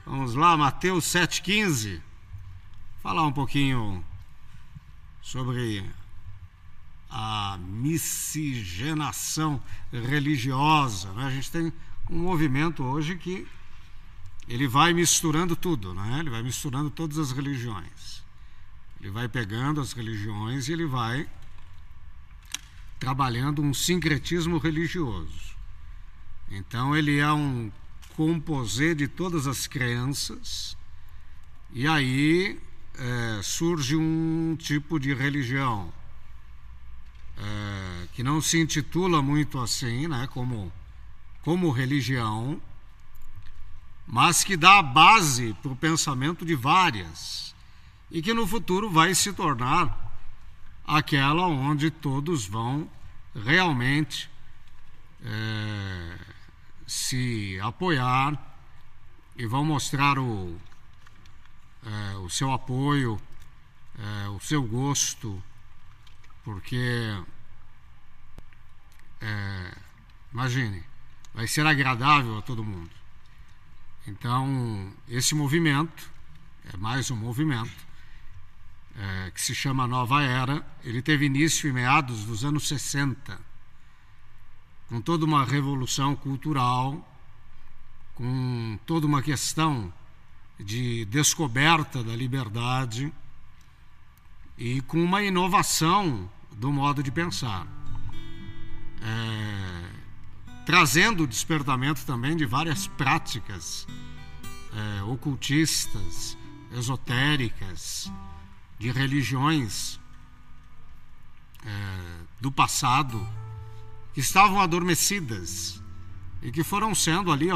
Vamos lá, Mateus 7,15. Falar um pouquinho sobre a miscigenação religiosa, né? A gente tem um movimento hoje que ele vai misturando tudo, né? Ele vai misturando todas as religiões. Ele vai pegando as religiões e ele vai trabalhando um sincretismo religioso. Então ele é um composê de todas as crenças, e aí surge um tipo de religião que não se intitula muito assim, né, como religião, mas que dá a base para o pensamento de várias, e que no futuro vai se tornar aquela onde todos vão realmente se apoiar e vão mostrar o seu apoio, o seu gosto, porque, imagine, vai ser agradável a todo mundo. Então, esse movimento, é mais um movimento, que se chama Nova Era. Ele teve início em meados dos anos 60, com toda uma revolução cultural, com toda uma questão de descoberta da liberdade e com uma inovação do modo de pensar, trazendo o despertamento também de várias práticas ocultistas, esotéricas, de religiões do passado, que estavam adormecidas e que foram sendo ali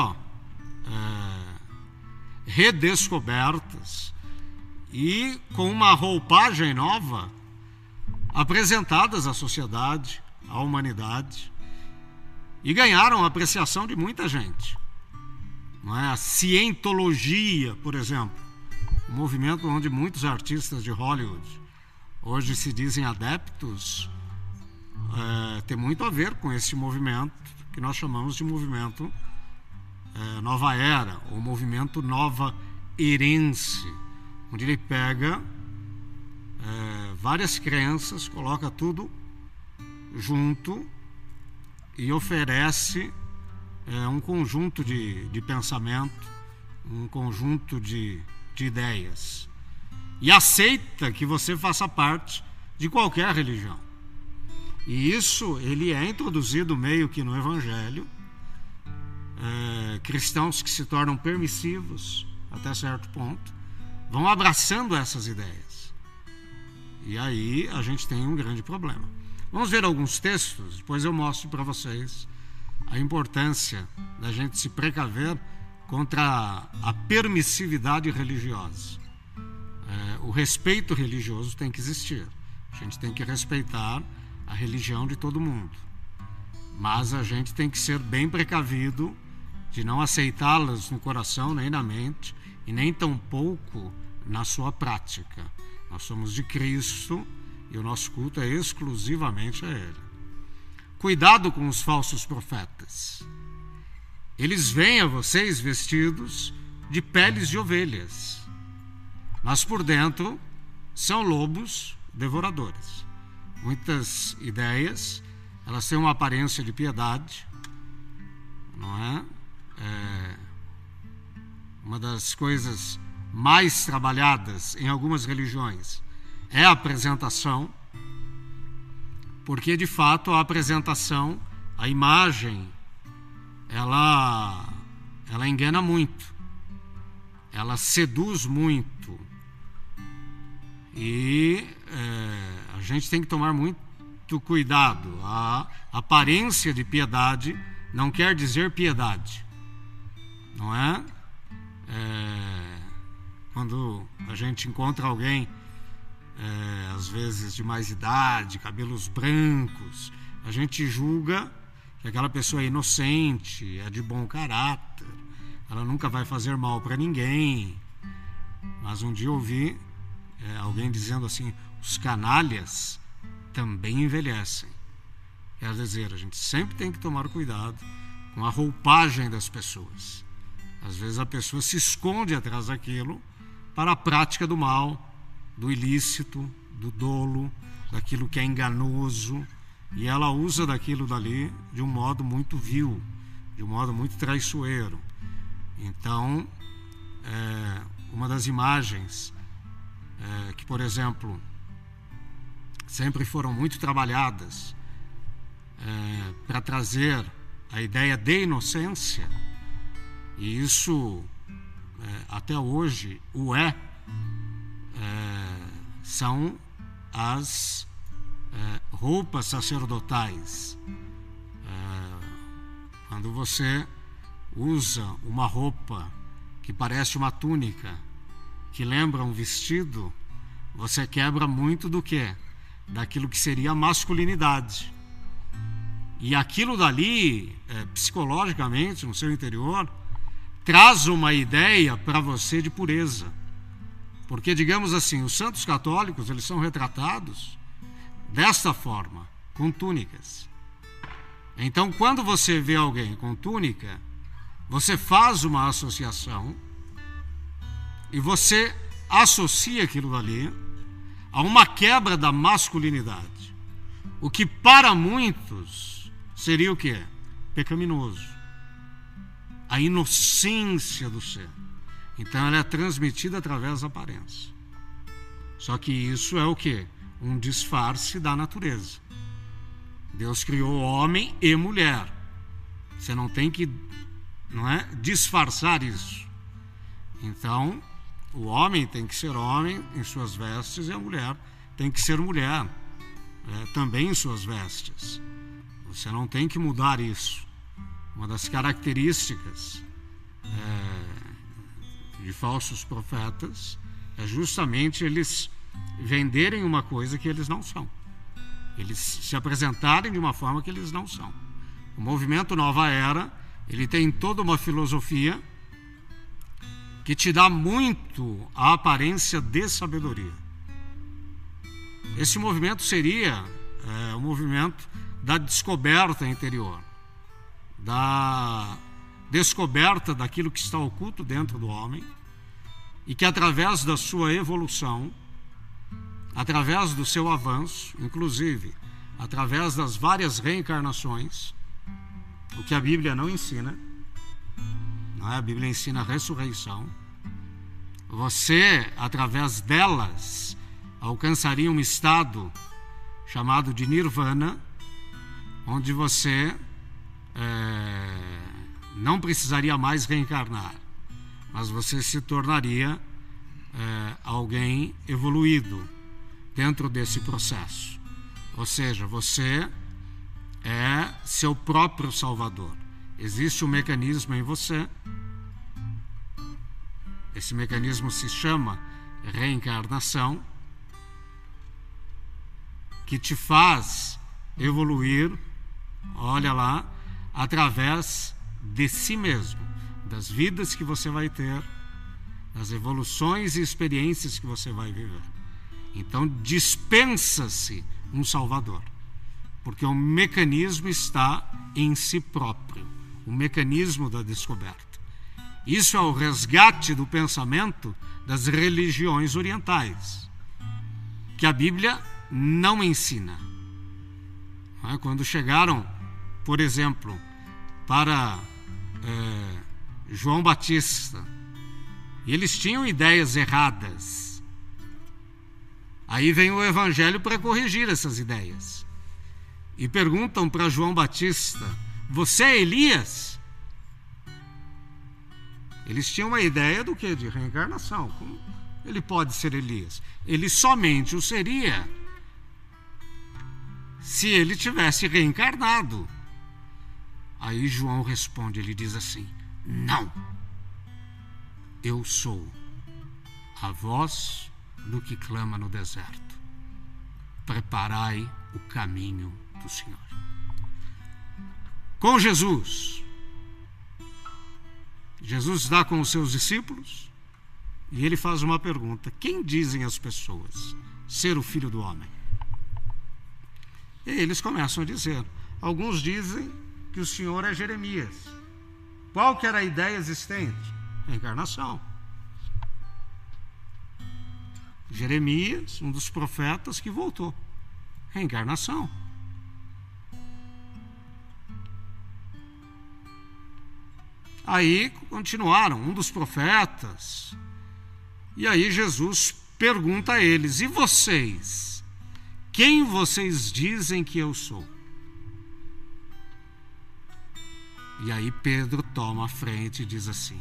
redescobertas e com uma roupagem nova apresentadas à sociedade, à humanidade, e ganharam a apreciação de muita gente. Não é? A cientologia, por exemplo, um movimento onde muitos artistas de Hollywood hoje se dizem adeptos, tem muito a ver com esse movimento que nós chamamos de movimento Nova Era, ou movimento Nova Erense, onde ele pega várias crenças, coloca tudo junto e oferece um conjunto de pensamento, um conjunto de ideias, e aceita que você faça parte de qualquer religião. E isso ele é introduzido meio que no Evangelho. Cristãos que se tornam permissivos até certo ponto vão abraçando essas ideias, e aí a gente tem um grande problema. Vamos ver alguns textos, depois eu mostro para vocês a importância da gente se precaver contra a permissividade religiosa. O respeito religioso tem que existir, a gente tem que respeitar a religião de todo mundo, mas a gente tem que ser bem precavido de não aceitá-las no coração, nem na mente, e nem tampouco na sua prática. Nós somos de Cristo e o nosso culto é exclusivamente a Ele. Cuidado com os falsos profetas. Eles vêm a vocês vestidos de peles de ovelhas, mas por dentro são lobos devoradores. Muitas ideias, elas têm uma aparência de piedade, não é? Uma das coisas mais trabalhadas em algumas religiões é a apresentação, porque de fato a apresentação, a imagem, ela engana muito, ela seduz muito, e a gente tem que tomar muito cuidado. A aparência de piedade não quer dizer piedade, não é? Quando a gente encontra alguém, às vezes de mais idade, cabelos brancos, a gente julga que aquela pessoa é inocente, é de bom caráter, ela nunca vai fazer mal para ninguém. Mas um dia eu ouvi alguém dizendo assim: os canalhas também envelhecem. Quer dizer, a gente sempre tem que tomar cuidado com a roupagem das pessoas. Às vezes a pessoa se esconde atrás daquilo para a prática do mal, do ilícito, do dolo, daquilo que é enganoso, e ela usa daquilo dali de um modo muito vil, de um modo muito traiçoeiro. Então, uma das imagens que, por exemplo, sempre foram muito trabalhadas para trazer a ideia de inocência, e isso até hoje o são as roupas sacerdotais. Quando você usa uma roupa que parece uma túnica, que lembra um vestido, você quebra muito do quê? Daquilo que seria a masculinidade. E aquilo dali, psicologicamente, no seu interior, traz uma ideia para você de pureza. Porque, digamos assim, os santos católicos, eles são retratados desta forma, com túnicas. Então, quando você vê alguém com túnica, você faz uma associação e você associa aquilo dali a uma quebra da masculinidade. O que para muitos seria o quê? Pecaminoso. A inocência do ser. Então ela é transmitida através da aparência. Só que isso é o quê? Um disfarce da natureza. Deus criou homem e mulher. Você não tem que, disfarçar isso. Então, o homem tem que ser homem em suas vestes e a mulher tem que ser mulher também em suas vestes. Você não tem que mudar isso. Uma das características de falsos profetas é justamente eles venderem uma coisa que eles não são. Eles se apresentarem de uma forma que eles não são. O movimento Nova Era, ele tem toda uma filosofia que te dá muito a aparência de sabedoria. Esse movimento seria o movimento da descoberta interior, da descoberta daquilo que está oculto dentro do homem, e que através da sua evolução, através do seu avanço, inclusive através das várias reencarnações, o que a Bíblia não ensina, a Bíblia ensina a ressurreição, você, através delas, alcançaria um estado chamado de nirvana, onde você não precisaria mais reencarnar, mas você se tornaria alguém evoluído dentro desse processo. Ou seja, você é seu próprio salvador. Existe um mecanismo em você, esse mecanismo se chama reencarnação, que te faz evoluir, olha lá, através de si mesmo, das vidas que você vai ter, das evoluções e experiências que você vai viver. Então dispensa-se um salvador, porque o mecanismo está em si próprio, o mecanismo da descoberta. Isso é o resgate do pensamento das religiões orientais, que a Bíblia não ensina. Quando chegaram, por exemplo, para João Batista, e eles tinham ideias erradas, aí vem o Evangelho para corrigir essas ideias. E perguntam para João Batista: você é Elias? Eles tinham uma ideia do que? De reencarnação. Como ele pode ser Elias? Ele somente o seria se ele tivesse reencarnado. Aí João responde, ele diz assim: não, eu sou a voz do que clama no deserto, preparai o caminho do Senhor. Com Jesus está com os seus discípulos e ele faz uma pergunta: quem dizem as pessoas ser o Filho do Homem? E eles começam a dizer: alguns dizem que o Senhor é Jeremias, Qual que era a ideia existente? Reencarnação. Jeremias, um dos profetas que voltou. Reencarnação. Aí continuaram, um dos profetas. E aí Jesus pergunta a eles: e vocês? Quem vocês dizem que eu sou? E aí Pedro toma a frente e diz assim: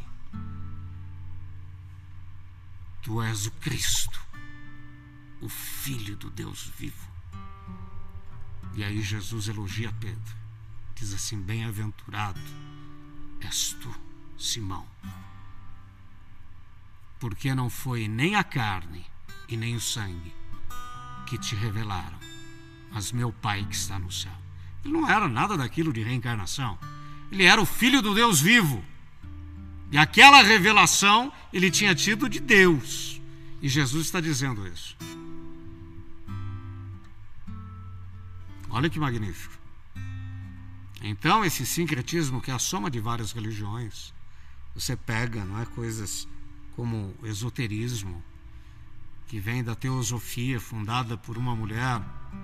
tu és o Cristo, o Filho do Deus vivo. E aí Jesus elogia Pedro, diz assim: bem-aventurado és tu, Simão, porque não foi nem a carne e nem o sangue que te revelaram, mas meu Pai que está no céu. Ele não era nada daquilo de reencarnação. Ele era o Filho do Deus vivo. E aquela revelação ele tinha tido de Deus. E Jesus está dizendo isso. Olha que magnífico. Então, esse sincretismo, que é a soma de várias religiões, você pega, não é, coisas como esoterismo, que vem da teosofia, fundada por uma mulher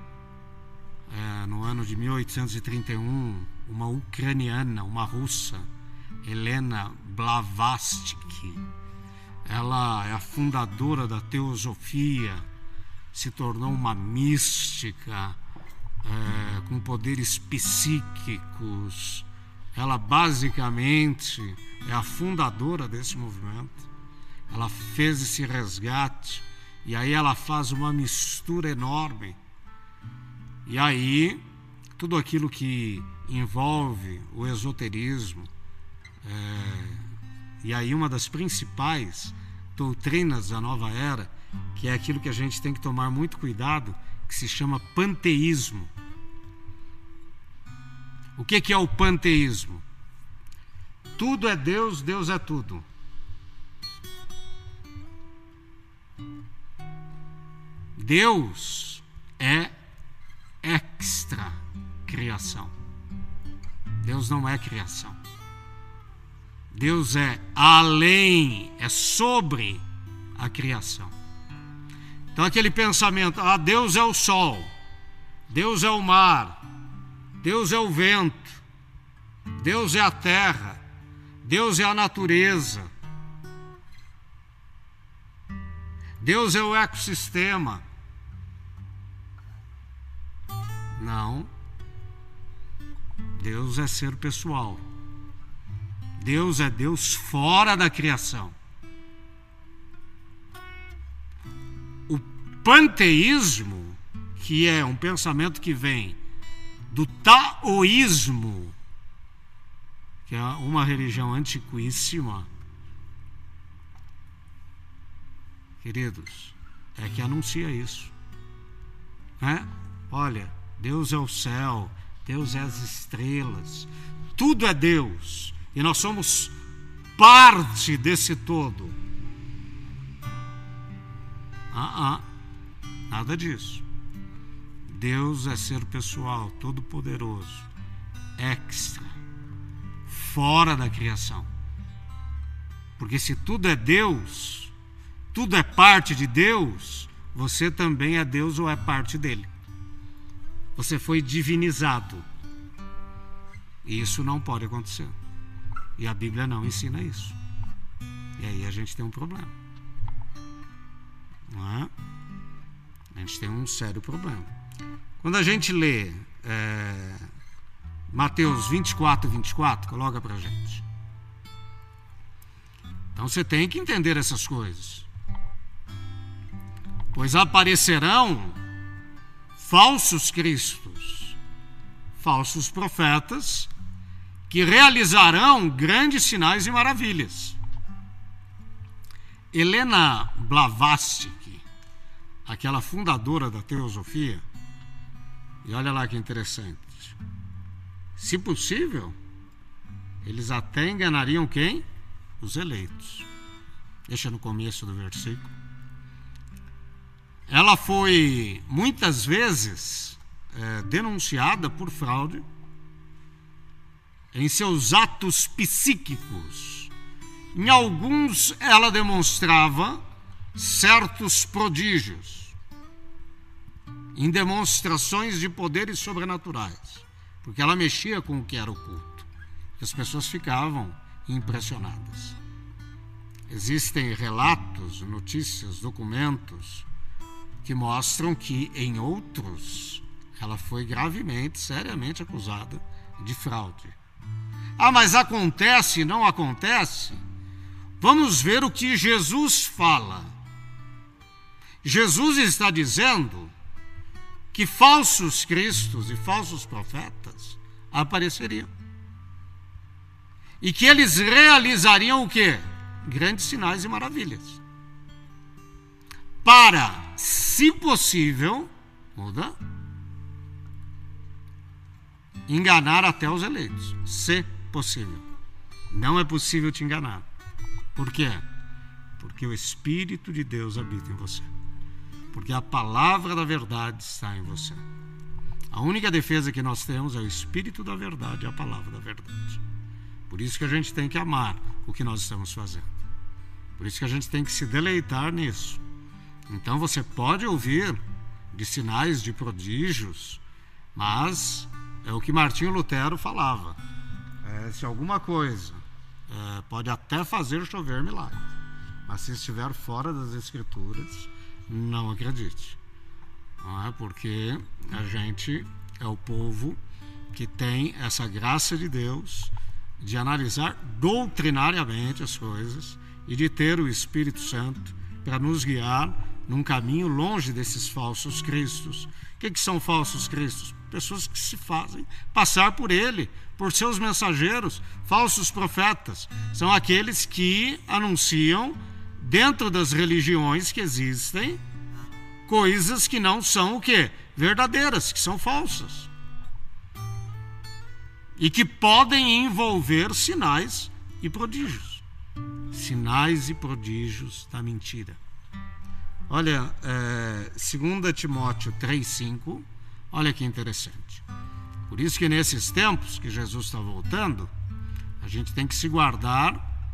no ano de 1831, uma ucraniana, uma russa, Helena Blavatsky. Ela é a fundadora da teosofia, se tornou uma mística, com poderes psíquicos. Ela basicamente é a fundadora desse movimento. Ela fez esse resgate e aí ela faz uma mistura enorme. E aí tudo aquilo que envolve o esoterismo, e aí uma das principais doutrinas da nova era, que é aquilo que a gente tem que tomar muito cuidado, que se chama panteísmo. O que é o panteísmo? Tudo é Deus, Deus é tudo. Deus é extra criação. Deus não é criação. Deus é além, é sobre a criação. Então aquele pensamento: Deus é o sol, Deus é o mar, Deus é o vento, Deus é a terra, Deus é a natureza, Deus é o ecossistema. Não. Deus é ser pessoal. Deus é Deus fora da criação. O panteísmo, que é um pensamento que vem do taoísmo, que é uma religião antiquíssima, queridos, é que anuncia isso, né? Olha, Deus é o céu, Deus é as estrelas, tudo é Deus, e nós somos parte desse todo. Nada disso. Deus é ser pessoal, todo-poderoso, extra, fora da criação. Porque se tudo é Deus, tudo é parte de Deus, você também é Deus ou é parte dele. Você foi divinizado. E isso não pode acontecer. E a Bíblia não ensina isso. E aí a gente tem um problema. Não é? A gente tem um sério problema. Quando a gente lê Mateus 24, 24, coloca pra gente. Então você tem que entender essas coisas. Pois aparecerão falsos cristos, falsos profetas, que realizarão grandes sinais e maravilhas. Helena Blavatsky, aquela fundadora da teosofia, e olha lá que interessante, se possível, eles até enganariam quem? Os eleitos. Deixa no começo do versículo. Ela foi muitas vezes denunciada por fraude, em seus atos psíquicos. Em alguns ela demonstrava certos prodígios, em demonstrações de poderes sobrenaturais, porque ela mexia com o que era oculto. As pessoas ficavam impressionadas. Existem relatos, notícias, documentos que mostram que em outros ela foi gravemente, seriamente acusada de fraude. Ah, mas acontece, não acontece? Vamos ver o que Jesus fala. Jesus está dizendo que falsos cristos e falsos profetas apareceriam. E que eles realizariam o quê? Grandes sinais e maravilhas. Para, se possível, enganar até os eleitos. Se possível. Não é possível te enganar. Por quê? Porque o Espírito de Deus habita em você. Porque a palavra da verdade está em você. A única defesa que nós temos é o Espírito da verdade e a palavra da verdade. Por isso que a gente tem que amar o que nós estamos fazendo. Por isso que a gente tem que se deleitar nisso. Então você pode ouvir de sinais, de prodígios, mas é o que Martinho Lutero falava. Se alguma coisa pode até fazer chover milagres, mas se estiver fora das Escrituras, não acredite. Não é? Porque a gente é o povo que tem essa graça de Deus de analisar doutrinariamente as coisas e de ter o Espírito Santo para nos guiar num caminho longe desses falsos cristos. O que são falsos cristos? Pessoas que se fazem passar por ele, por seus mensageiros. Falsos profetas são aqueles que anunciam dentro das religiões que existem coisas que não são o quê? Verdadeiras, que são falsas. E que podem envolver sinais e prodígios. Sinais e prodígios da mentira. Olha, 2 Timóteo 3,5, olha que interessante. Por isso que nesses tempos que Jesus está voltando, a gente tem que se guardar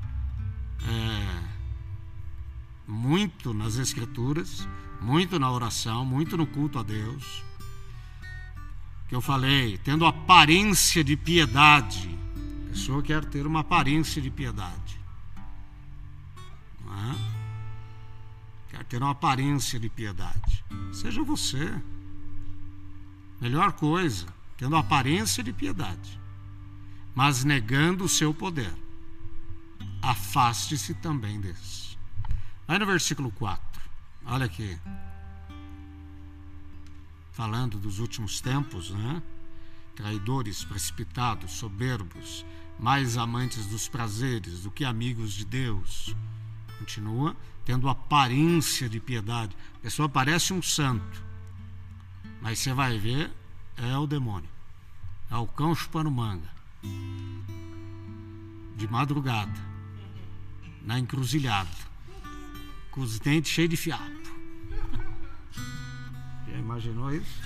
muito nas Escrituras, muito na oração, muito no culto a Deus. Que eu falei, tendo aparência de piedade. A pessoa quer ter uma aparência de piedade. Não é? Quer ter uma aparência de piedade. Seja você. Melhor coisa, tendo aparência de piedade, mas negando o seu poder. Afaste-se também desse. Vai no versículo 4. Olha aqui. Falando dos últimos tempos, né? Traidores, precipitados, soberbos, mais amantes dos prazeres do que amigos de Deus. Continua, tendo aparência de piedade. A pessoa parece um santo, mas você vai ver, é o demônio. É o cão chupando manga. De madrugada, na encruzilhada, com os dentes cheios de fiapo. Já imaginou isso?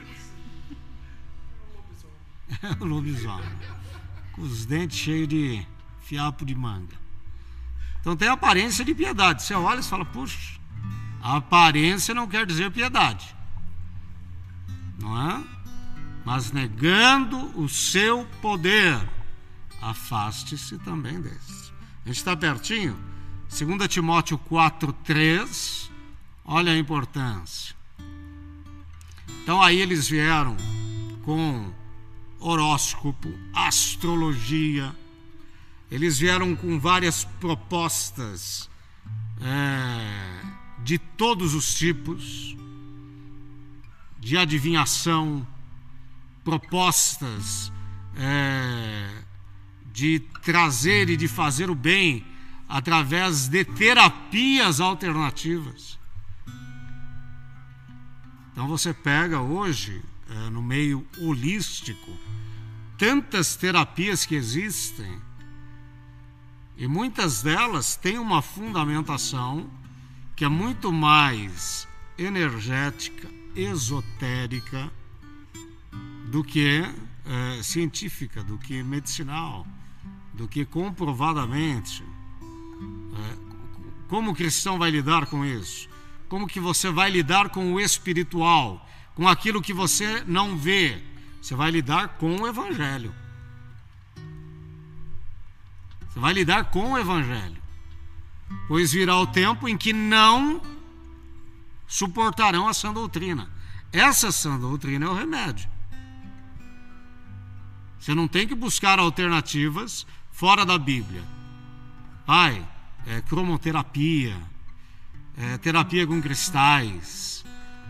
É o lobisomem. Com os dentes cheios de fiapo de manga. Então tem aparência de piedade. Você olha e fala, puxa, a aparência não quer dizer piedade. Não é? Mas negando o seu poder, afaste-se também desse. A gente está pertinho? 2 Timóteo 4,3. Olha a importância. Então aí eles vieram com horóscopo, astrologia. Eles vieram com várias propostas de todos os tipos, de adivinhação, propostas de trazer e de fazer o bem através de terapias alternativas. Então você pega hoje, no meio holístico, tantas terapias que existem, e muitas delas têm uma fundamentação que é muito mais energética, esotérica, do que científica, do que medicinal, do que comprovadamente. Como o cristão vai lidar com isso? Como que você vai lidar com o espiritual, com aquilo que você não vê? Você vai lidar com o Evangelho. Você vai lidar com o Evangelho. Pois virá o tempo em que não suportarão a sã doutrina. Essa sã doutrina é o remédio. Você não tem que buscar alternativas fora da Bíblia. Cromoterapia, terapia com cristais,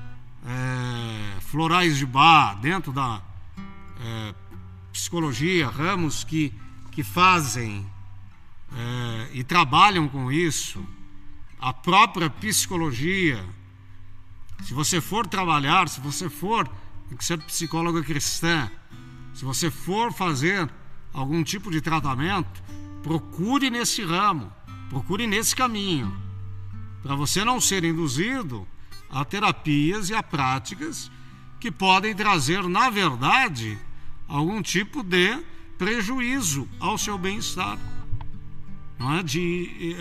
florais de Bach, dentro da psicologia, ramos que fazem e trabalham com isso, a própria psicologia. Se você for trabalhar, se você for, tem que ser psicóloga cristã, se você for fazer algum tipo de tratamento, procure nesse ramo, procure nesse caminho, para você não ser induzido a terapias e a práticas que podem trazer, na verdade, algum tipo de prejuízo ao seu bem-estar. Não é de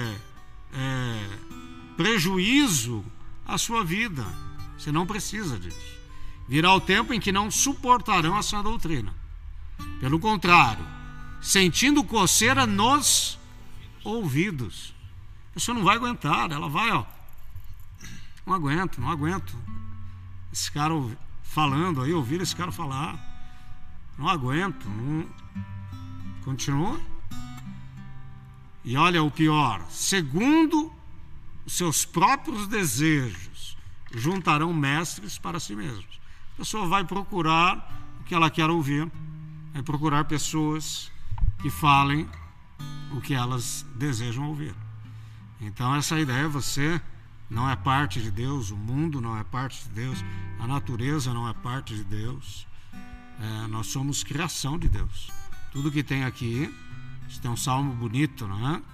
prejuízo à sua vida. Você não precisa disso. Virá o tempo em que não suportarão a sã doutrina. Pelo contrário, sentindo coceira nos ouvidos. A pessoa não vai aguentar, ela vai, não aguento. Esse cara falando aí, ouvir esse cara falar. Não aguento, não. Continua. E olha o pior, segundo os seus próprios desejos, juntarão mestres para si mesmos. A pessoa vai procurar o que ela quer ouvir, vai procurar pessoas que falem o que elas desejam ouvir. Então essa ideia, você não é parte de Deus, o mundo não é parte de Deus, a natureza não é parte de Deus, nós somos criação de Deus. Tudo que tem aqui, isso tem um salmo bonito, não é?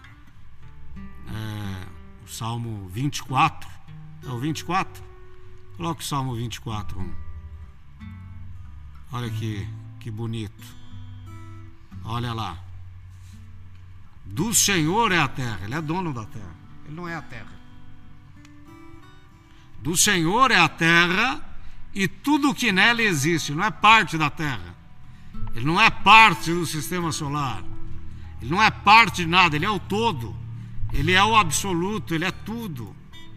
O salmo 24, é o 24? Coloca o salmo 24. Olha que bonito. Olha lá. Do Senhor é a terra. Ele é dono da terra. Ele não é a terra. Do Senhor é a terra e tudo que nela existe. Não é parte da terra. Ele não é parte do sistema solar. Ele não é parte de nada. Ele é o todo. Ele é o absoluto. Ele é tudo.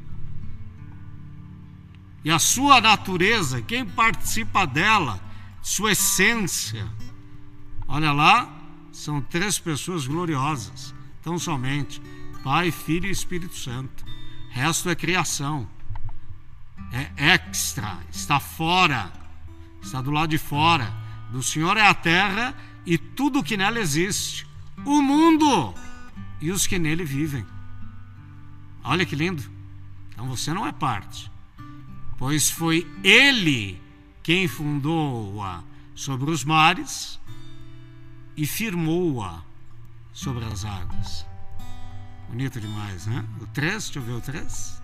E a sua natureza, quem participa dela, sua essência, olha lá, são 3 pessoas gloriosas, tão somente Pai, Filho e Espírito Santo. O resto é criação, é extra, está fora, está do lado de fora. Do Senhor é a terra e tudo que nela existe, o mundo e os que nele vivem. Olha que lindo. Então você não é parte, pois foi Ele quem fundou-a sobre os mares e firmou-a sobre as águas. Bonito demais, né? O 3, deixa eu ver o 3.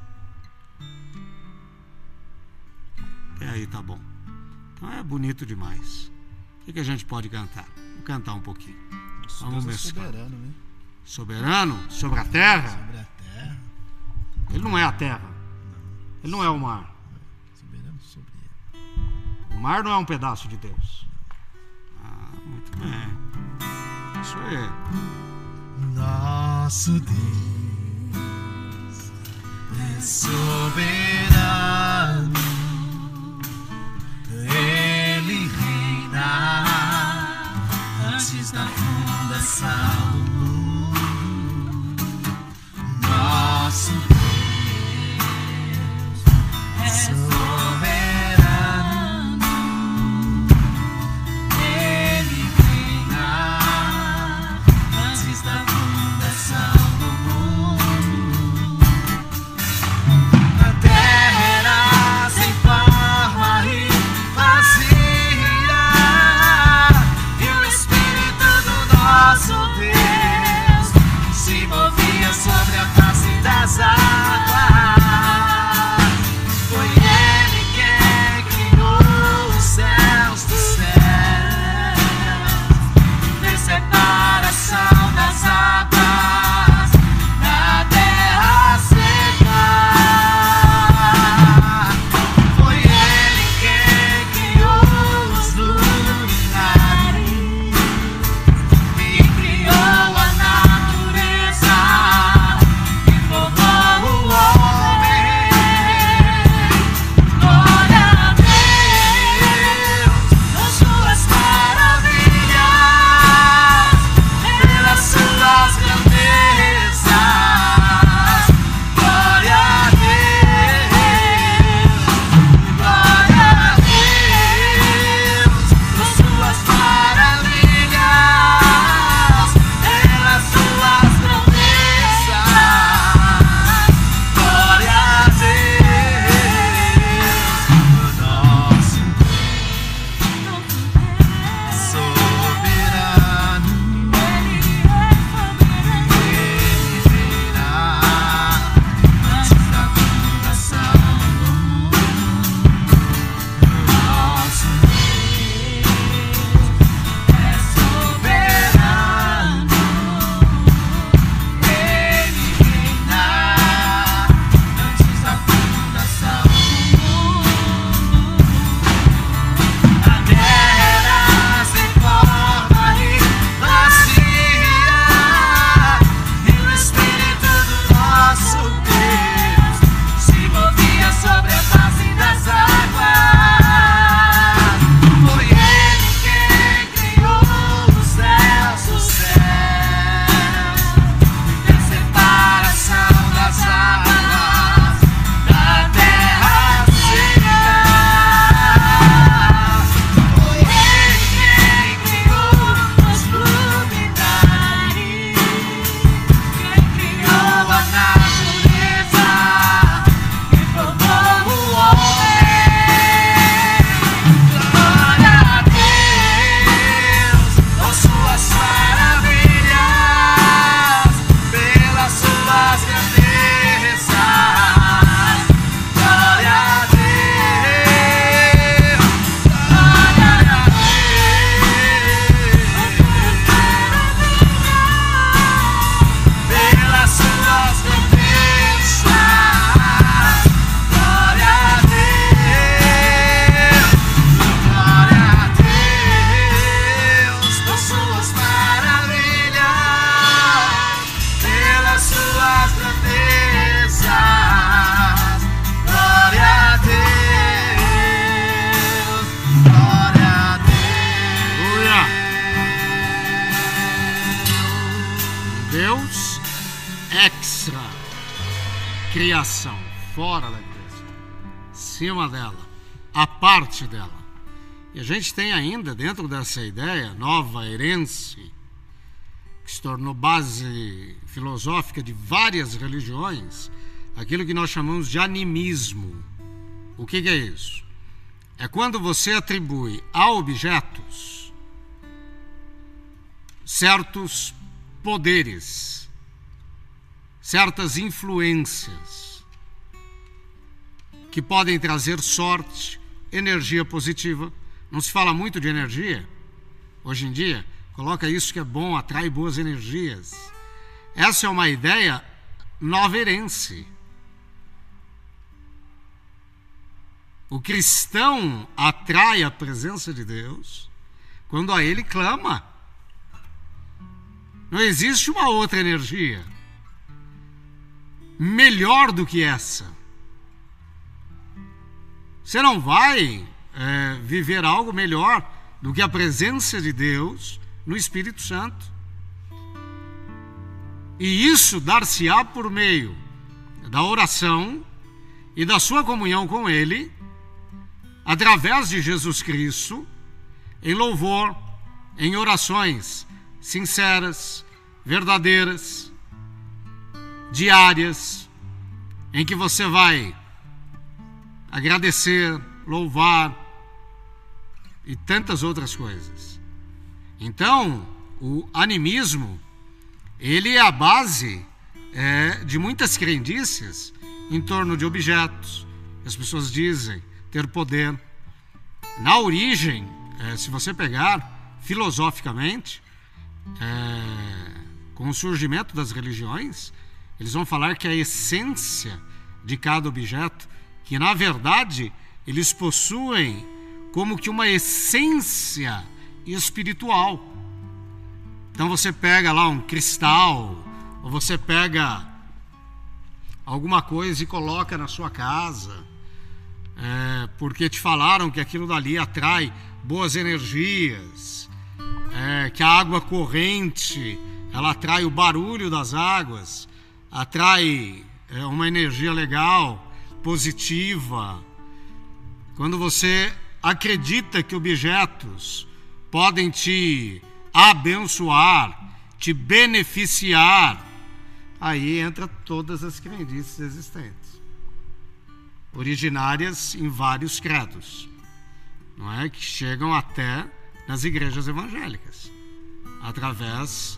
Até aí tá bom. Então é bonito demais. O que a gente pode cantar? Vamos cantar um pouquinho. Vamos ver. Soberano, né? Soberano? Sobre a terra? Sobre a terra. Ele não é a terra. Não. Ele não é o mar. Soberano sobre ele. O mar não é um pedaço de Deus. Muito bem. Isso aí. Nosso Deus é soberano. Ele reina antes da fundação do mundo. Nosso Deus é soberano. Ele reina antes da fundação do mundo. criação, fora da criação, acima dela, a parte dela. E a gente tem ainda, dentro dessa ideia nova herência, que se tornou base filosófica de várias religiões, aquilo que nós chamamos de animismo. O que é isso? É quando você atribui a objetos certos poderes, certas influências que podem trazer sorte, energia positiva. Não se fala muito de energia hoje em dia. Coloca isso que é bom, atrai boas energias. Essa é uma ideia noverense. O cristão atrai a presença de Deus quando a ele clama. Não existe uma outra energia melhor do que essa. Você não vai viver algo melhor do que a presença de Deus no Espírito Santo. E isso dar-se-á por meio da oração e da sua comunhão com Ele, através de Jesus Cristo, em louvor, em orações sinceras, verdadeiras, diárias, em que você vai agradecer, louvar e tantas outras coisas. Então, o animismo, ele é a base de muitas crendices em torno de objetos. As pessoas dizem ter poder. Na origem, se você pegar filosoficamente, com o surgimento das religiões, eles vão falar que a essência de cada objeto, que na verdade eles possuem como que uma essência espiritual. Então você pega lá um cristal, ou você pega alguma coisa e coloca na sua casa, porque te falaram que aquilo dali atrai boas energias, que a água corrente, ela atrai o barulho das águas, atrai uma energia legal, positiva. Quando você acredita que objetos podem te abençoar, te beneficiar, aí entra todas as crendices existentes, originárias em vários credos, não é? Que chegam até nas igrejas evangélicas, através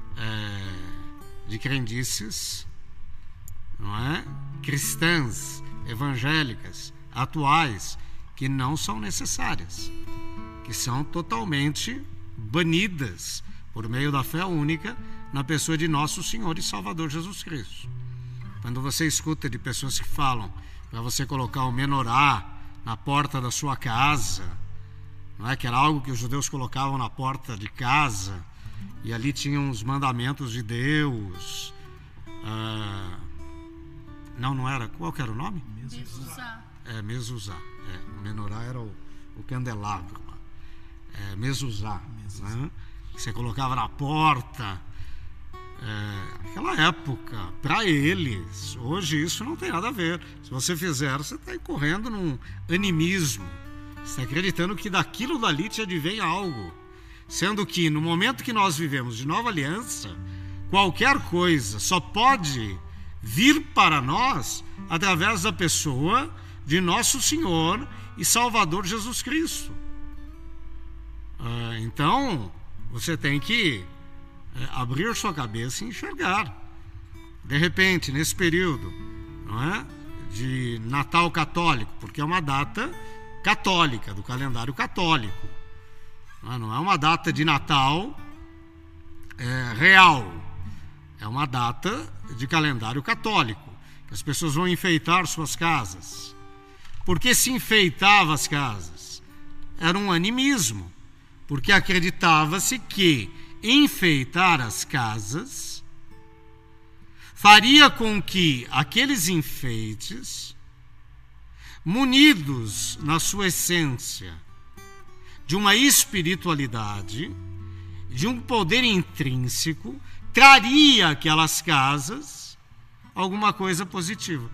de crendices, não é? Cristãs, evangélicas, atuais, que não são necessárias, que são totalmente banidas por meio da fé única na pessoa de nosso Senhor e Salvador Jesus Cristo. Quando você escuta de pessoas que falam para você colocar o menorá na porta da sua casa, não é? Que era algo que os judeus colocavam na porta de casa, e ali tinham os mandamentos de Deus. Não era. Qual que era o nome? Mezuzá. Mezuzá. O menorá era o candelabro. Mezuzá. Né? Que você colocava na porta. Naquela época, para eles, hoje isso não tem nada a ver. Se você fizer, você está incorrendo num animismo. Você está acreditando que daquilo dali te advém algo. Sendo que no momento que nós vivemos de nova aliança, qualquer coisa só pode vir para nós através da pessoa de nosso Senhor e Salvador Jesus Cristo. Então, você tem que abrir sua cabeça e enxergar. De repente, nesse período, não é? De Natal católico, porque é uma data católica, do calendário católico. Não é uma data de Natal real. É uma data de calendário católico, que as pessoas vão enfeitar suas casas. Por que se enfeitava as casas? Era um animismo, porque acreditava-se que enfeitar as casas faria com que aqueles enfeites, munidos na sua essência de uma espiritualidade, de um poder intrínseco, traria aquelas casas alguma coisa positiva.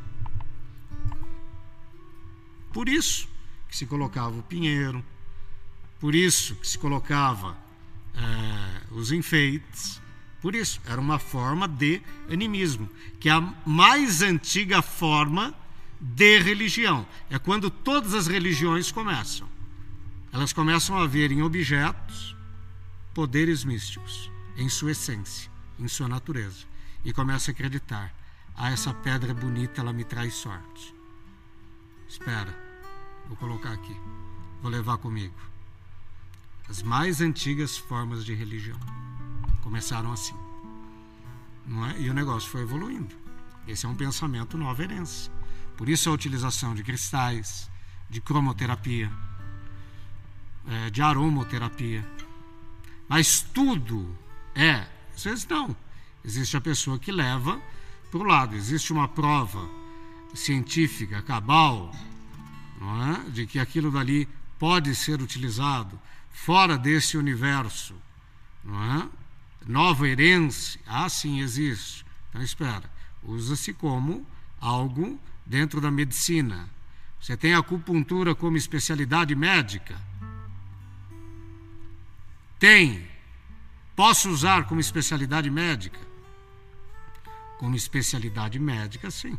Por isso que se colocava o pinheiro, por isso que se colocava os enfeites, por isso era uma forma de animismo, que é a mais antiga forma de religião. É quando todas as religiões começam. Elas começam a ver em objetos poderes místicos, em sua essência, em sua natureza, e começam a acreditar: essa pedra é bonita, ela me traz sorte. Espera, vou colocar aqui, vou levar comigo. As mais antigas formas de religião começaram assim, não é? E o negócio foi evoluindo. Esse é um pensamento nova-erense. Por isso a utilização de cristais, de cromoterapia, de aromoterapia. Mas tudo às vezes não. Existe a pessoa que leva para o lado. Existe uma prova científica, cabal, não é? De que aquilo dali pode ser utilizado fora desse universo, não é? Nova-erense, sim, existe. Então espera, usa-se como algo dentro da medicina. Você tem a acupuntura como especialidade médica? Tem. Posso usar como especialidade médica? Como especialidade médica, sim.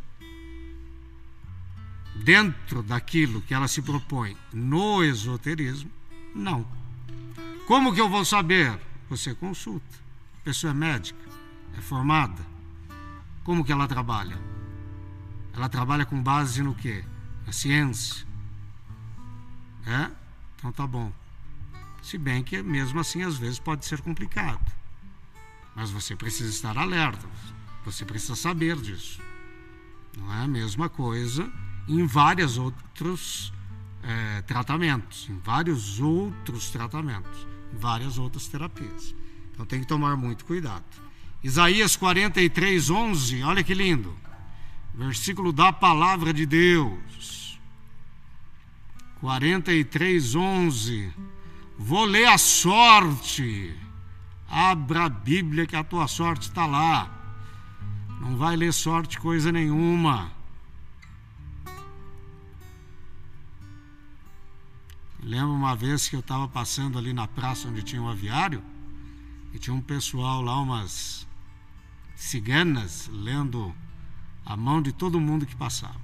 Dentro daquilo que ela se propõe no esoterismo, não. Como que eu vou saber? Você consulta. A pessoa é médica, é formada. Como que ela trabalha? Ela trabalha com base no quê? Na ciência. Então tá bom. Se bem que mesmo assim às vezes pode ser complicado. Mas você precisa estar alerta. Você precisa saber disso. Não é a mesma coisa em vários outros tratamentos. Em vários outros tratamentos. Em várias outras terapias. Então tem que tomar muito cuidado. Isaías 43:11, olha que lindo. Versículo da palavra de Deus. 43:11. Vou ler a sorte. Abra a Bíblia que a tua sorte está lá. Não vai ler sorte coisa nenhuma. Lembro uma vez que eu estava passando ali na praça onde tinha um aviário e tinha um pessoal lá, umas ciganas, lendo a mão de todo mundo que passava.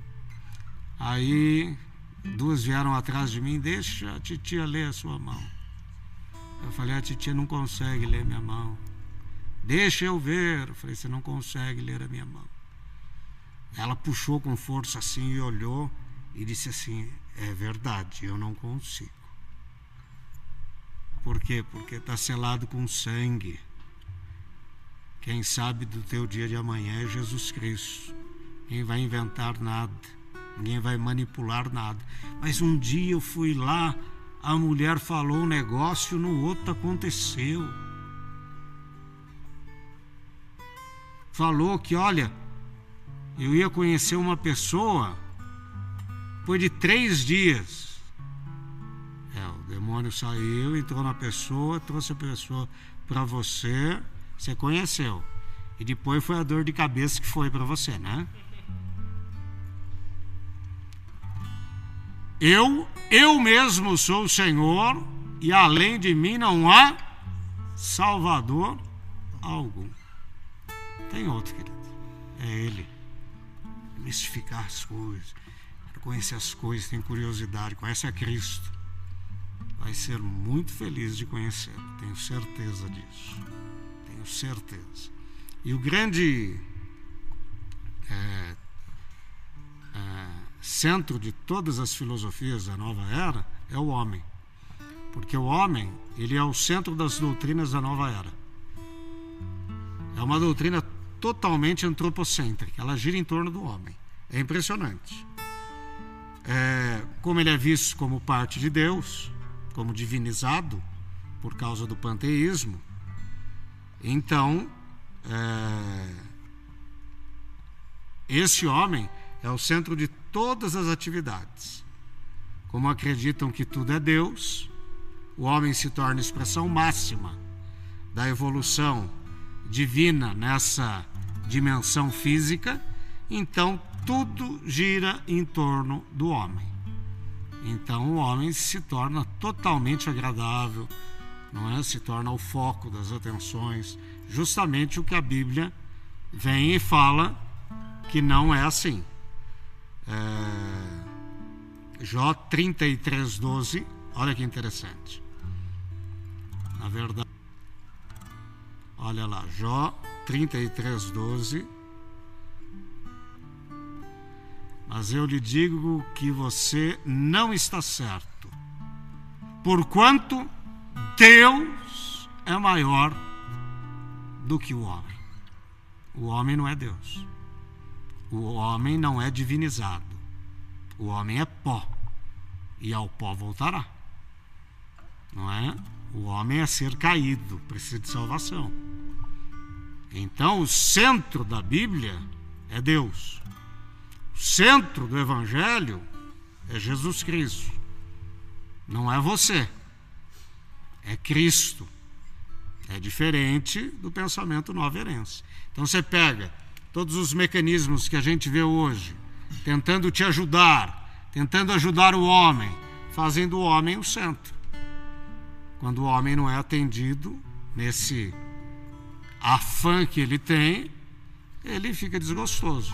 Aí duas vieram atrás de mim: deixa a titia ler a sua mão. Eu falei: a titia não consegue ler minha mão. Deixa eu ver. Eu falei: você não consegue ler a minha mão. Ela puxou com força assim e olhou e disse assim: é verdade, eu não consigo. Por quê? Porque está selado com sangue. Quem sabe do teu dia de amanhã é Jesus Cristo. Ninguém vai inventar nada. Ninguém vai manipular nada. Mas um dia eu fui lá, a mulher falou um negócio, no outro aconteceu. Falou que, olha, eu ia conhecer uma pessoa depois de 3 dias. O demônio saiu, entrou na pessoa, trouxe a pessoa para você, você conheceu. E depois foi a dor de cabeça que foi para você, né? Eu mesmo sou o Senhor, e além de mim não há Salvador algum. Tem outro, querido. É Ele. Mistificar as coisas. Conhecer as coisas, tem curiosidade. Conhece a Cristo. Vai ser muito feliz de conhecê-lo. Tenho certeza disso. Tenho certeza. E o grande centro de todas as filosofias da nova era é o homem. Porque o homem, ele é o centro das doutrinas da nova era. É uma doutrina totalmente antropocêntrica. Ela gira em torno do homem. É impressionante. Como ele é visto como parte de Deus, como divinizado por causa do panteísmo, então esse homem é o centro de todas as atividades. Como acreditam que tudo é Deus, o homem se torna a expressão máxima da evolução divina nessa dimensão física, então tudo gira em torno do homem. Então o homem se torna totalmente agradável, não é? Se torna o foco das atenções, justamente o que a Bíblia vem e fala que não é assim. Jó 33:12, olha que interessante. Na verdade, olha lá, Jó 33:12. Mas eu lhe digo que você não está certo, porquanto Deus é maior do que o homem. O homem não é Deus. O homem não é divinizado. O homem é pó, e ao pó voltará. Não é? O homem é ser caído, precisa de salvação. Então, o centro da Bíblia é Deus. O centro do Evangelho é Jesus Cristo. Não é você, é Cristo. É diferente do pensamento noverense. Então você pega todos os mecanismos que a gente vê hoje, tentando te ajudar, tentando ajudar o homem, fazendo o homem o centro. Quando o homem não é atendido nesse afã que ele tem, ele fica desgostoso.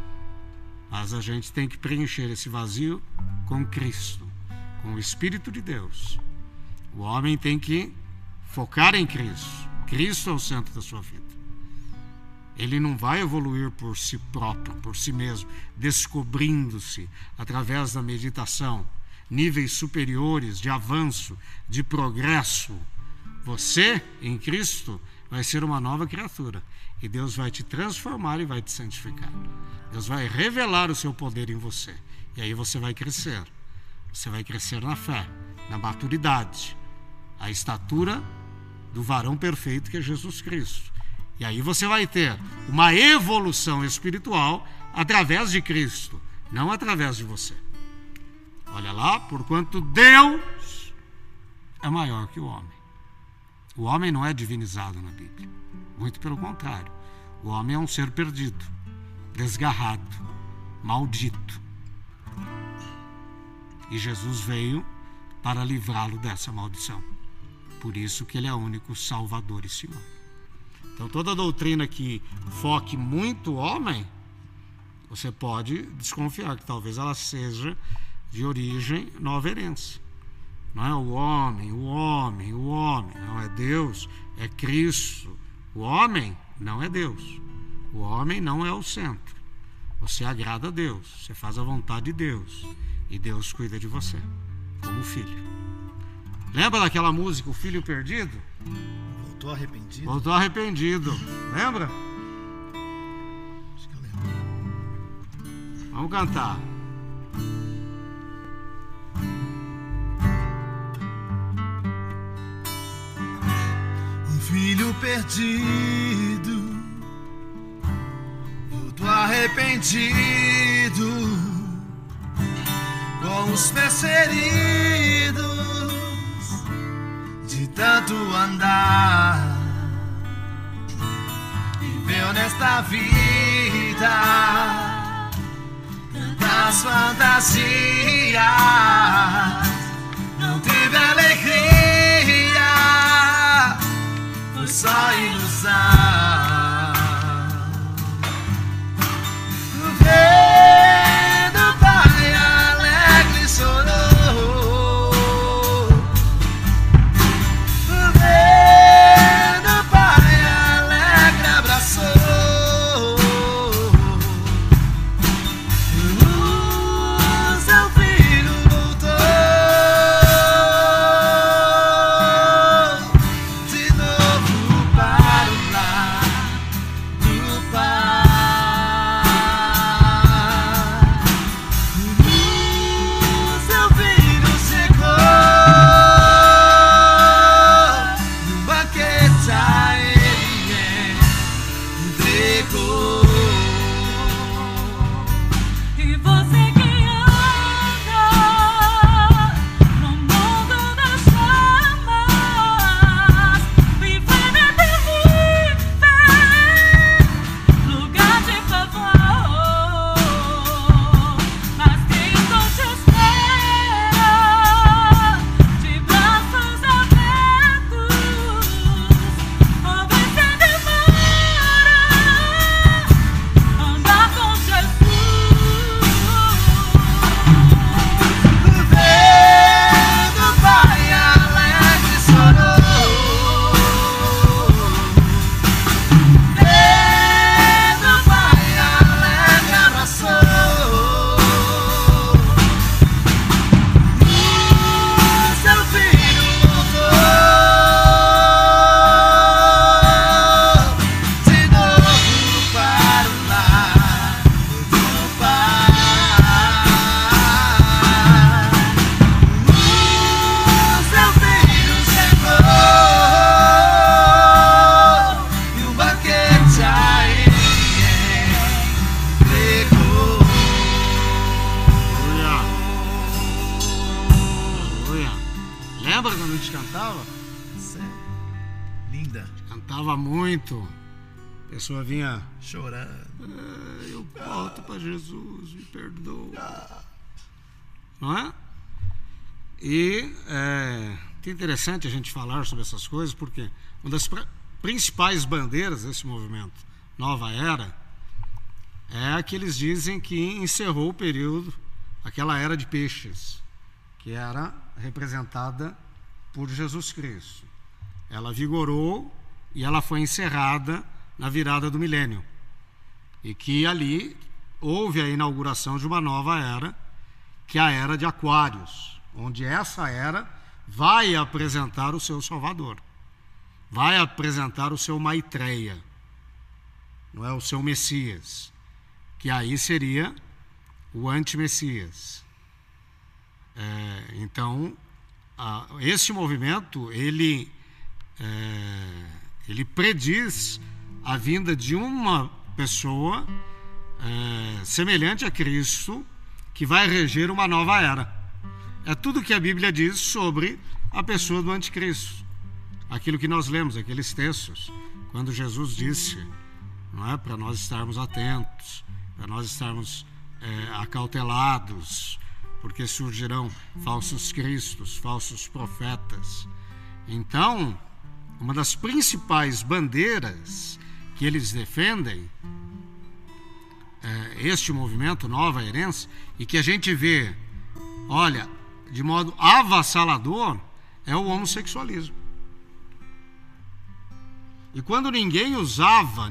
Mas a gente tem que preencher esse vazio com Cristo, com o Espírito de Deus. O homem tem que focar em Cristo. Cristo é o centro da sua vida. Ele não vai evoluir por si próprio, por si mesmo, descobrindo-se através da meditação, níveis superiores de avanço, de progresso. Você, em Cristo, vai ser uma nova criatura. E Deus vai te transformar e vai te santificar. Deus vai revelar o seu poder em você. E aí você vai crescer. Você vai crescer na fé, na maturidade, a estatura do varão perfeito que é Jesus Cristo. E aí você vai ter uma evolução espiritual através de Cristo, não através de você. Olha lá, porquanto Deus é maior que o homem. O homem não é divinizado na Bíblia. Muito pelo contrário. O homem é um ser perdido, desgarrado, maldito. E Jesus veio para livrá-lo dessa maldição. Por isso que ele é o único Salvador e Senhor. Então toda doutrina que foque muito o homem, você pode desconfiar que talvez ela seja de origem noverense. Não é o homem, o homem, o homem. Não é Deus, é Cristo. O homem não é Deus. O homem não é o centro. Você agrada a Deus, você faz a vontade de Deus. E Deus cuida de você, como filho. Lembra daquela música, O Filho Perdido? Voltou arrependido? Voltou arrependido. Lembra? Acho que eu lembro. Vamos cantar. Um filho perdido, voltou arrependido, com os pés feridos de tanto andar. Viveu nesta vida tantas fantasias, não teve alegria, foi só ilusão. Vendo o pai alegre chorou, vendo o pai alegre abraçou. O seu filho gente cantava? Sério. Linda. Cantava muito. A pessoa vinha Chorando. eu volto para Jesus, me perdoa. Não é? E é interessante a gente falar sobre essas coisas, porque uma das principais bandeiras desse movimento Nova Era é a que eles dizem que encerrou o período, aquela era de peixes, que era representada por Jesus Cristo. Ela vigorou e ela foi encerrada na virada do milênio. E que ali houve a inauguração de uma nova era, que é a era de Aquários, onde essa era vai apresentar o seu Salvador, vai apresentar o seu Maitreya, não é, o seu Messias, que aí seria o anti-Messias. Então, esse movimento, ele prediz a vinda de uma pessoa semelhante a Cristo, que vai reger uma nova era. É tudo que a Bíblia diz sobre a pessoa do anticristo. Aquilo que nós lemos, aqueles textos, quando Jesus disse, não é, para nós estarmos atentos, para nós estarmos acautelados, porque surgirão falsos cristos, falsos profetas. Então, uma das principais bandeiras que eles defendem, este movimento Nova Erense, e que a gente vê, olha, de modo avassalador, é o homossexualismo. E quando ninguém usava,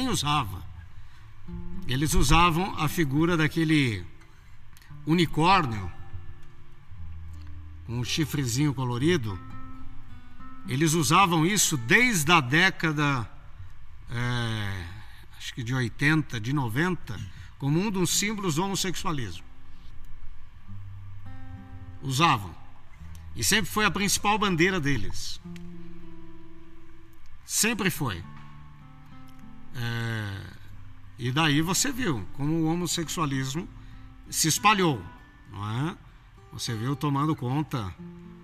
eles usavam a figura daquele unicórnio com um chifrezinho colorido. Eles usavam isso desde a década acho que de 80, de 90, como um dos símbolos do homossexualismo. Usavam. E sempre foi a principal bandeira deles. Sempre foi. E daí você viu como o homossexualismo se espalhou, não é? Você viu tomando conta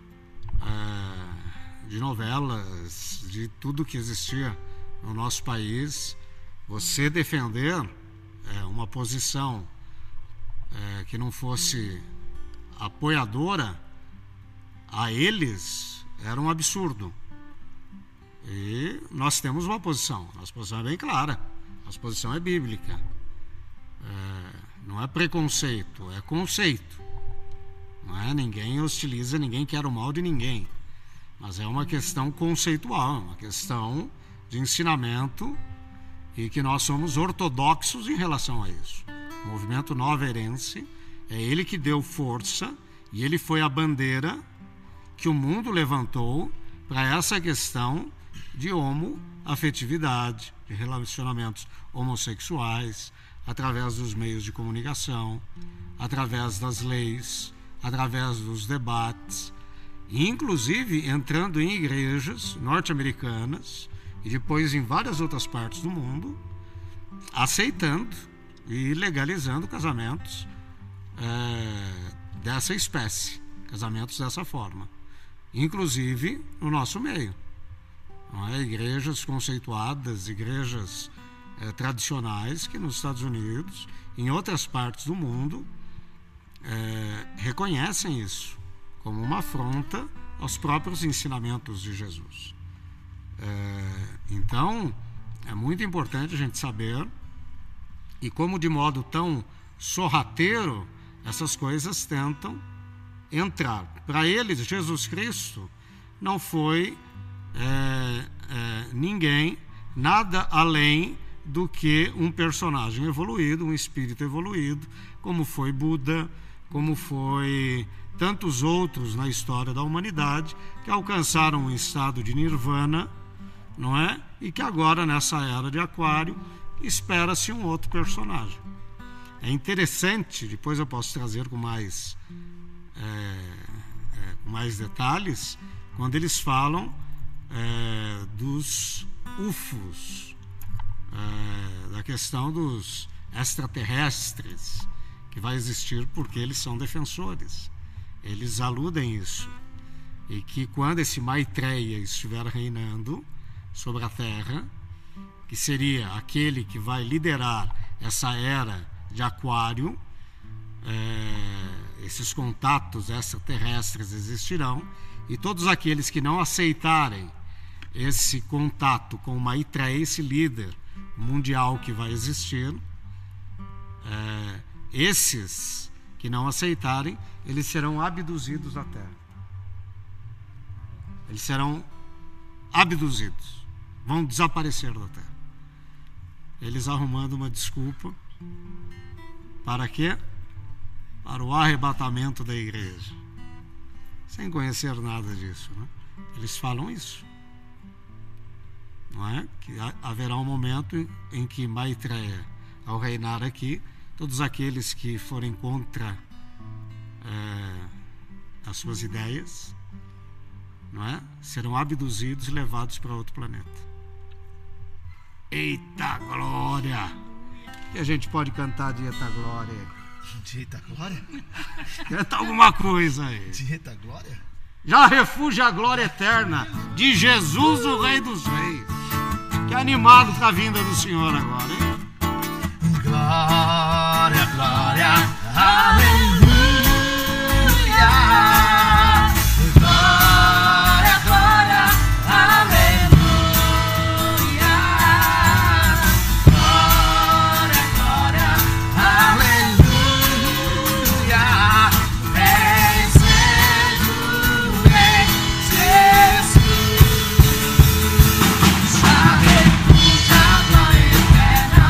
de novelas, de tudo que existia no nosso país. Você defender uma posição que não fosse apoiadora a eles era um absurdo. E nós temos uma posição. Nossa posição é bem clara. Nossa posição é bíblica. Não é preconceito, é conceito. Não é? Ninguém hostiliza, ninguém quer o mal de ninguém. Mas é uma questão conceitual, uma questão de ensinamento, e que nós somos ortodoxos em relação a isso. O movimento Nova Erense é ele que deu força, e ele foi a bandeira que o mundo levantou para essa questão de homoafetividade, de relacionamentos homossexuais, através dos meios de comunicação, através das leis, através dos debates, inclusive entrando em igrejas norte-americanas e depois em várias outras partes do mundo, aceitando e legalizando casamentos dessa espécie, casamentos dessa forma, inclusive no nosso meio. Não é? Igrejas conceituadas, igrejas tradicionais que nos Estados Unidos, em outras partes do mundo, reconhecem isso como uma afronta aos próprios ensinamentos de Jesus. Então, é muito importante a gente saber, e como de modo tão sorrateiro essas coisas tentam entrar. Para eles, Jesus Cristo não foi ninguém, nada além do que um personagem evoluído, um espírito evoluído, como foi Buda, como foi tantos outros na história da humanidade, que alcançaram um estado de nirvana, não é? E que agora, nessa era de Aquário, espera-se um outro personagem. É interessante, depois eu posso trazer com mais detalhes, quando eles falam dos UFOs, da questão dos extraterrestres, que vai existir porque eles são defensores. Eles aludem isso. E que quando esse Maitreya estiver reinando sobre a Terra, que seria aquele que vai liderar essa era de Aquário, esses contatos extraterrestres existirão, e todos aqueles que não aceitarem esse contato com o Maitreya, esse líder mundial que vai existir, esses que não aceitarem, eles serão abduzidos da Terra. Eles serão abduzidos, vão desaparecer da Terra. Eles arrumando uma desculpa para quê? Para o arrebatamento da igreja. Sem conhecer nada disso, né? Eles falam isso. Não é? Que haverá um momento em que Maitreya, ao reinar aqui, todos aqueles que forem contra as suas ideias, não é? Serão abduzidos e levados para outro planeta. Eita glória! E a gente pode cantar de Eita glória. De Eita glória? Canta alguma coisa aí. De Eita glória? Já refúgio a glória eterna de Jesus, o Rei dos Reis. Que animado com a vinda do Senhor agora, hein? Glória, glória, aleluia. Glória, glória, aleluia. Glória, glória, aleluia. Vencendo em Jesus. Já refúgio a glória eterna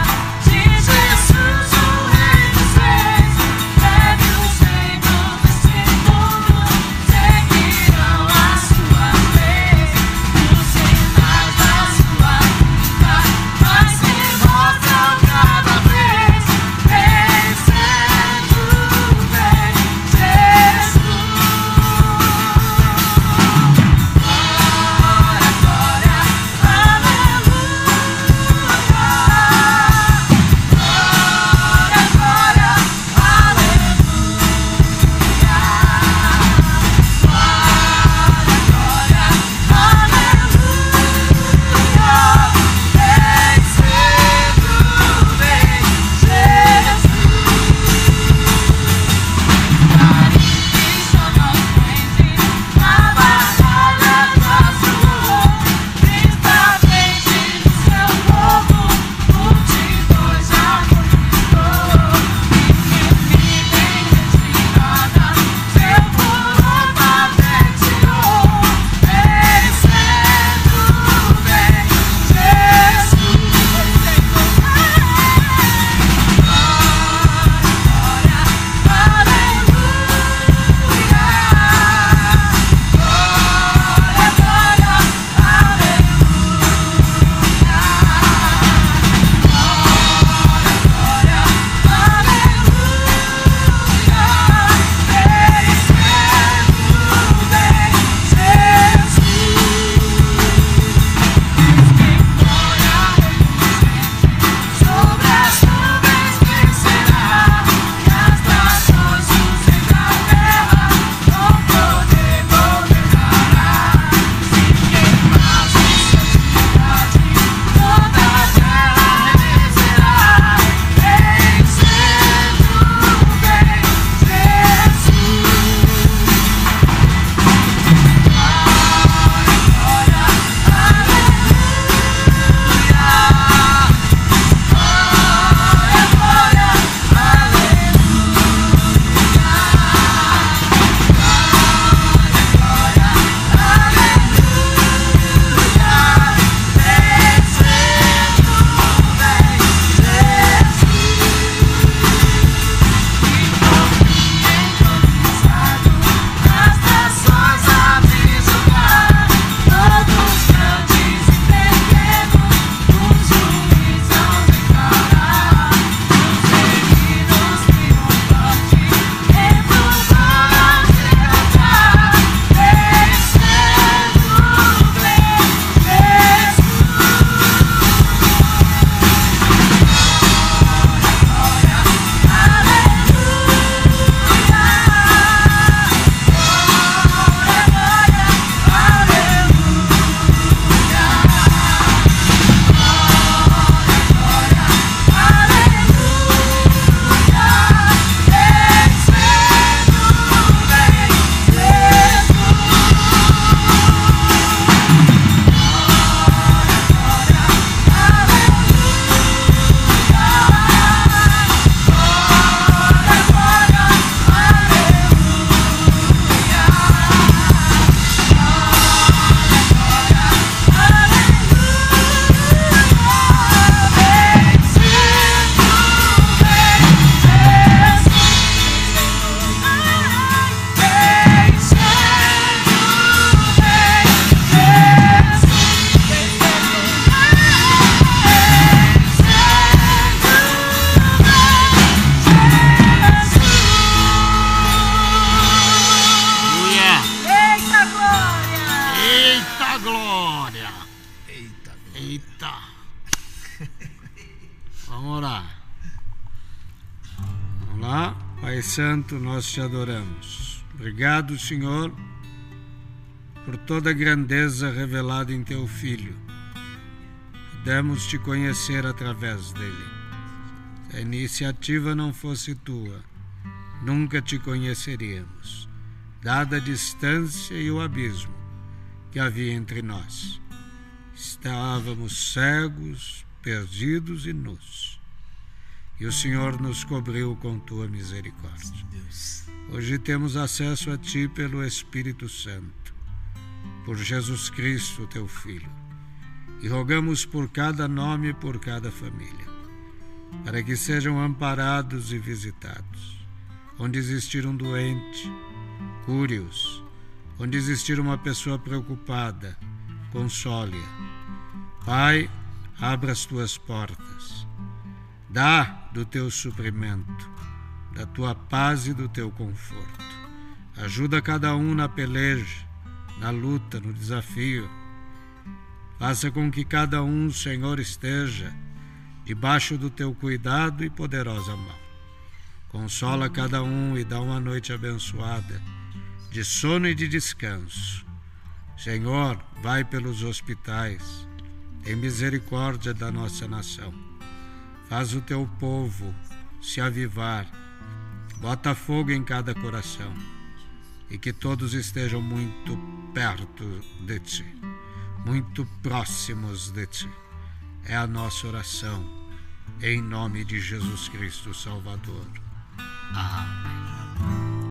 Pai Santo, nós te adoramos. Obrigado, Senhor, por toda a grandeza revelada em teu Filho. Podemos te conhecer através dele. Se a iniciativa não fosse tua, nunca te conheceríamos, dada a distância e o abismo que havia entre nós. Estávamos cegos, perdidos e nus. E o Senhor nos cobriu com tua misericórdia. Hoje temos acesso a ti pelo Espírito Santo, por Jesus Cristo, teu Filho. E rogamos por cada nome e por cada família, para que sejam amparados e visitados. Onde existir um doente, cure-os. Onde existir uma pessoa preocupada, console-a. Pai, abra as tuas portas. Dá do teu suprimento, da tua paz e do teu conforto. Ajuda cada um na peleja, na luta, no desafio. Faça com que cada um, Senhor, esteja debaixo do teu cuidado e poderosa mão. Consola cada um e dá uma noite abençoada, de sono e de descanso. Senhor, vai pelos hospitais, tem misericórdia da nossa nação. Faz o teu povo se avivar, bota fogo em cada coração, e que todos estejam muito perto de ti, muito próximos de ti. É a nossa oração, em nome de Jesus Cristo Salvador. Amém.